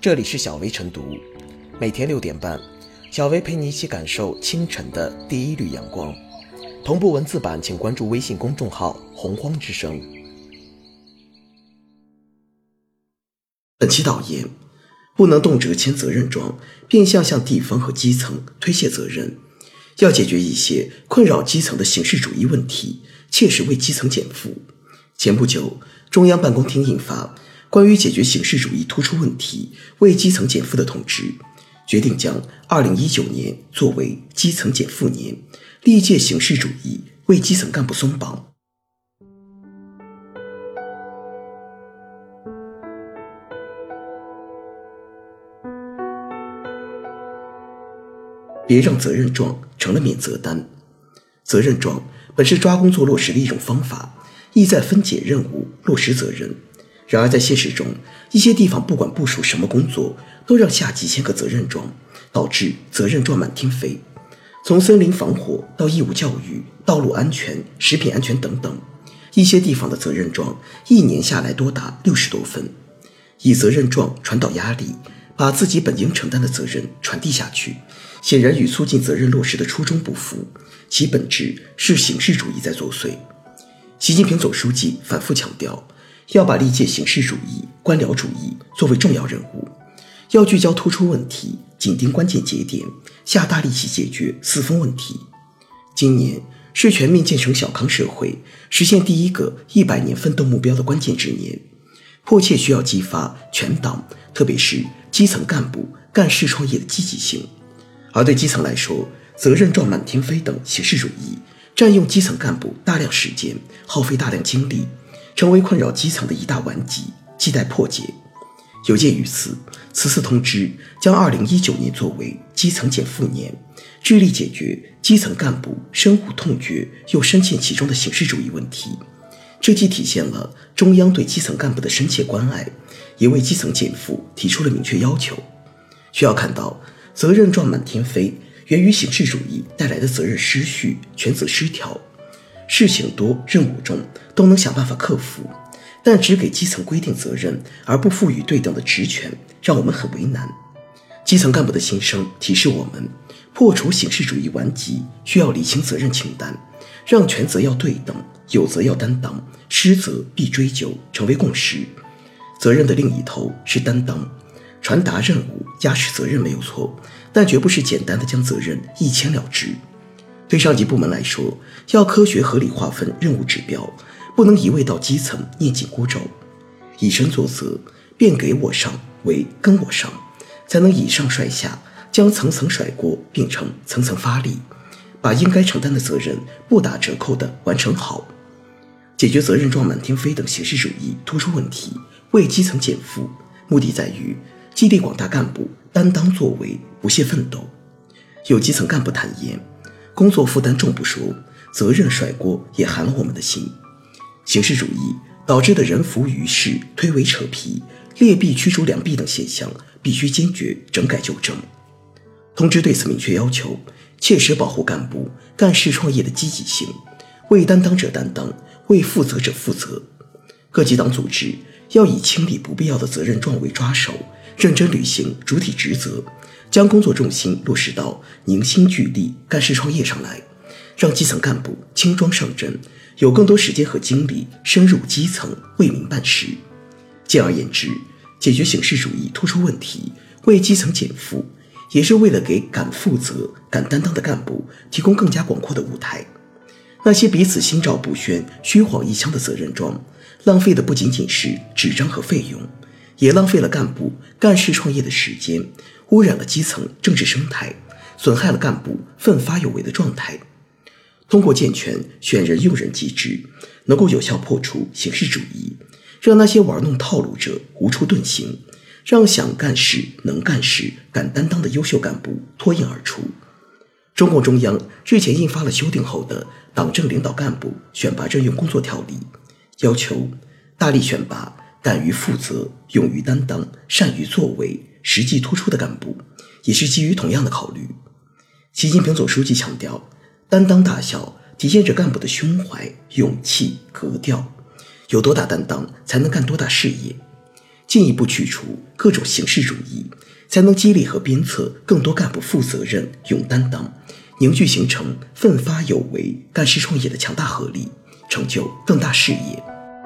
这里是小薇晨读，每天6点半，小薇陪你一起感受清晨的第一缕阳光。同步文字版请关注微信公众号洪荒之声。本期导言：不能动辄签责任状，变相向地方和基层推卸责任。要解决一些困扰基层的形式主义问题，切实为基层减负。前不久，中央办公厅印发关于解决形式主义突出问题、为基层减负的通知，决定将2019年作为基层减负年，历届形式主义为基层干部松绑。别让责任状成了免责单。责任状本是抓工作落实的一种方法，意在分解任务、落实责任。然而在现实中，一些地方不管部署什么工作，都让下级签个责任状，导致责任状满天飞。从森林防火到义务教育、道路安全、食品安全等等，一些地方的责任状一年下来多达60多份。以责任状传导压力，把自己本应承担的责任传递下去，显然与促进责任落实的初衷不符，其本质是形式主义在作祟。习近平总书记反复强调，要把历届形式主义、官僚主义作为重要任务，要聚焦突出问题，紧盯关键节点，下大力气解决四风问题。今年是全面建成小康社会、实现第一个100年奋斗目标的关键之年，迫切需要激发全党，特别是基层干部干事创业的积极性。而对基层来说，责任状满天飞等形式主义占用基层干部大量时间，耗费大量精力，成为困扰基层的一大顽疾，亟待破解。有鉴于此，此次通知将2019年作为基层减负年，致力解决基层干部深恶痛绝又深陷其中的形式主义问题。这既体现了中央对基层干部的深切关爱，也为基层减负提出了明确要求。需要看到，责任状满天飞源于形式主义带来的责任失序、权责失调。事情多、任务重都能想办法克服，但只给基层规定责任而不赋予对等的职权，让我们很为难。基层干部的心声提示我们，破除形式主义顽疾需要理清责任清单，让权责要对等，有责要担当，失责必追究成为共识。责任的另一头是担当，传达任务、压实责任没有错，但绝不是简单的将责任一签了之。对上级部门来说，要科学合理划分任务指标，不能一味到基层念紧箍咒。以身作则，变给我上为跟我上，才能以上率下，将层层甩锅变成层层发力，把应该承担的责任不打折扣地完成好。解决责任状满天飞等形式主义突出问题，为基层减负，目的在于激励广大干部担当作为，不懈奋斗。有基层干部坦言，工作负担重不说，责任甩锅也寒了我们的心。形式主义导致的人浮于事、推诿扯皮、劣币驱逐良币等现象，必须坚决整改纠正。通知对此明确要求，切实保护干部干事创业的积极性，为担当者担当，为负责者负责。各级党组织要以清理不必要的责任状为抓手，认真履行主体职责，将工作重心落实到凝心聚力干事创业上来，让基层干部轻装上阵，有更多时间和精力深入基层为民办事。简而言之，解决形式主义突出问题，为基层减负，也是为了给敢负责、敢担当的干部提供更加广阔的舞台。那些彼此心照不宣、虚晃一枪的责任状，浪费的不仅仅是纸张和费用，也浪费了干部干事创业的时间，污染了基层政治生态，损害了干部奋发有为的状态。通过健全选人用人机制，能够有效破除形式主义，让那些玩弄套路者无处遁形，让想干事、能干事、敢担当的优秀干部脱颖而出。中共中央日前印发了修订后的党政领导干部选拔任用工作条例，要求大力选拔敢于负责、勇于担当、善于作为、实际突出的干部，也是基于同样的考虑。习近平总书记强调，担当大小体现着干部的胸怀、勇气、格调，有多大担当才能干多大事业。 进一步去除各种形式主义，才能激励和鞭策更多干部负责任、勇担当，凝聚形成奋发有为、干事创业的强大合力，成就更大事业。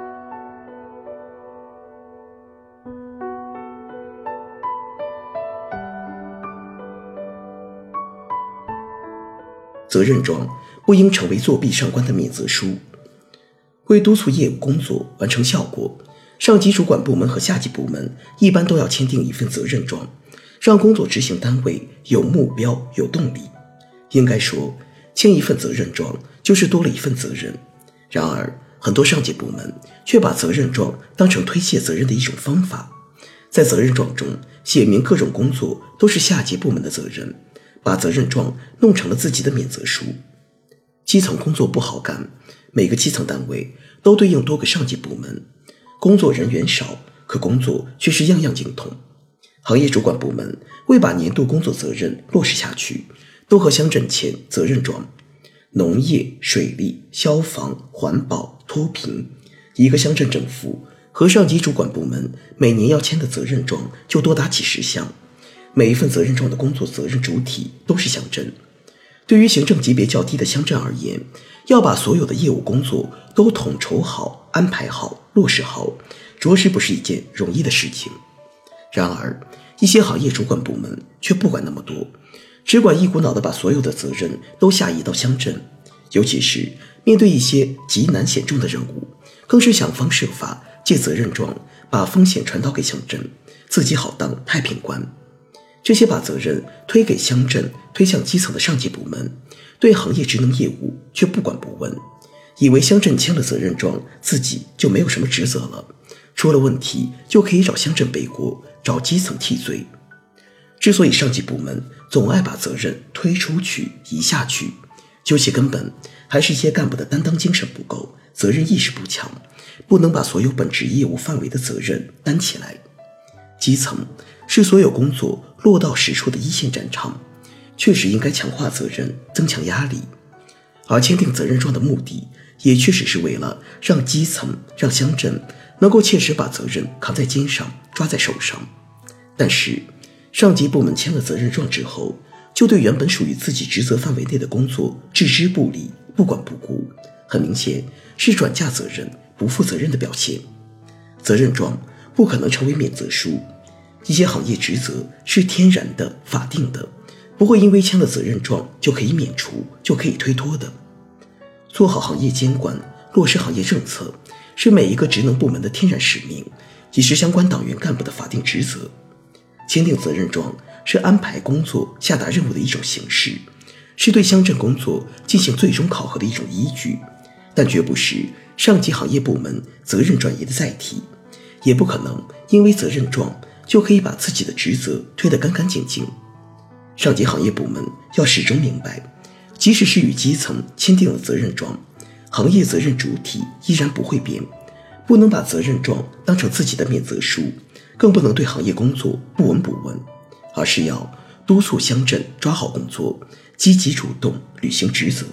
责任状不应成为作弊上官的免责书。为督促业务工作完成效果，上级主管部门和下级部门一般都要签订一份责任状，让工作执行单位有目标、有动力。应该说，签一份责任状就是多了一份责任。然而，很多上级部门却把责任状当成推卸责任的一种方法，在责任状中写明各种工作都是下级部门的责任，把责任状弄成了自己的免责书。基层工作不好干，每个基层单位都对应多个上级部门，工作人员少，可工作却是样样精通。行业主管部门为把年度工作责任落实下去，都和乡镇签责任状。农业、水利、消防、环保、脱贫，一个乡镇政府和上级主管部门每年要签的责任状就多达几十项，每一份责任状的工作责任主体都是乡镇。对于行政级别较低的乡镇而言，要把所有的业务工作都统筹好、安排好、落实好，着实不是一件容易的事情。然而，一些行业主管部门却不管那么多，只管一股脑地把所有的责任都下移到乡镇，尤其是面对一些极难险重的任务，更是想方设法借责任状把风险传导给乡镇，自己好当太平官。这些把责任推给乡镇、推向基层的上级部门，对行业职能业务却不管不问，以为乡镇签了责任状，自己就没有什么职责了，出了问题就可以找乡镇背锅，找基层替罪。之所以上级部门总爱把责任推出去、移下去，究其根本，还是一些干部的担当精神不够，责任意识不强，不能把所有本职业务范围的责任担起来。基层是所有工作落到实处的一线战场，确实应该强化责任，增强压力。而签订责任状的目的，也确实是为了让基层、让乡镇能够切实把责任扛在肩上，抓在手上。但是，上级部门签了责任状之后，就对原本属于自己职责范围内的工作置之不理、不管不顾，很明显是转嫁责任、不负责任的表现。责任状不可能成为免责书，一些行业职责是天然的、法定的，不会因为签了责任状就可以免除、就可以推脱的。做好行业监管，落实行业政策，是每一个职能部门的天然使命，也是相关党员干部的法定职责。签订责任状是安排工作、下达任务的一种形式，是对乡镇工作进行最终考核的一种依据，但绝不是上级行业部门责任转移的载体，也不可能因为责任状就可以把自己的职责推得干干净净。上级行业部门要始终明白，即使是与基层签订了责任状，行业责任主体依然不会变，不能把责任状当成自己的免责书，更不能对行业工作不闻不问，而是要督促乡镇抓好工作，积极主动履行职责。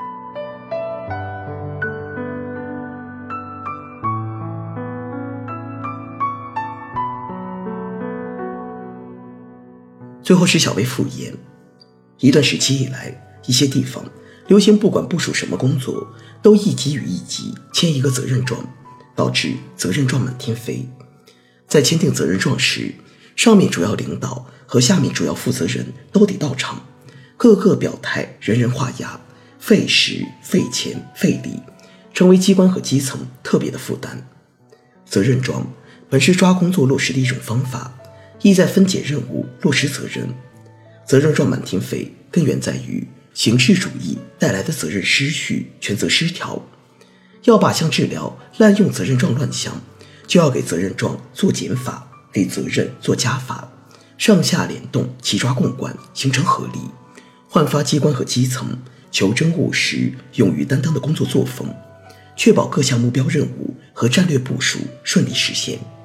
最后是小微复言，一段时期以来，一些地方流行不管部署什么工作，都一级与一级签一个责任状，导致责任状满天飞。在签订责任状时，上面主要领导和下面主要负责人都得到场，个个表态，人人画押，费时、费钱、费力，成为机关和基层特别的负担。责任状本是抓工作落实的一种方法，意在分解任务，落实责任。责任状满天飞，根源在于形式主义带来的责任失序、权责失调。要靶向治疗滥用责任状乱象，就要给责任状做减法，给责任做加法，上下联动，齐抓共管，形成合力，焕发机关和基层求真务实、勇于担当的工作作风，确保各项目标任务和战略部署顺利实现。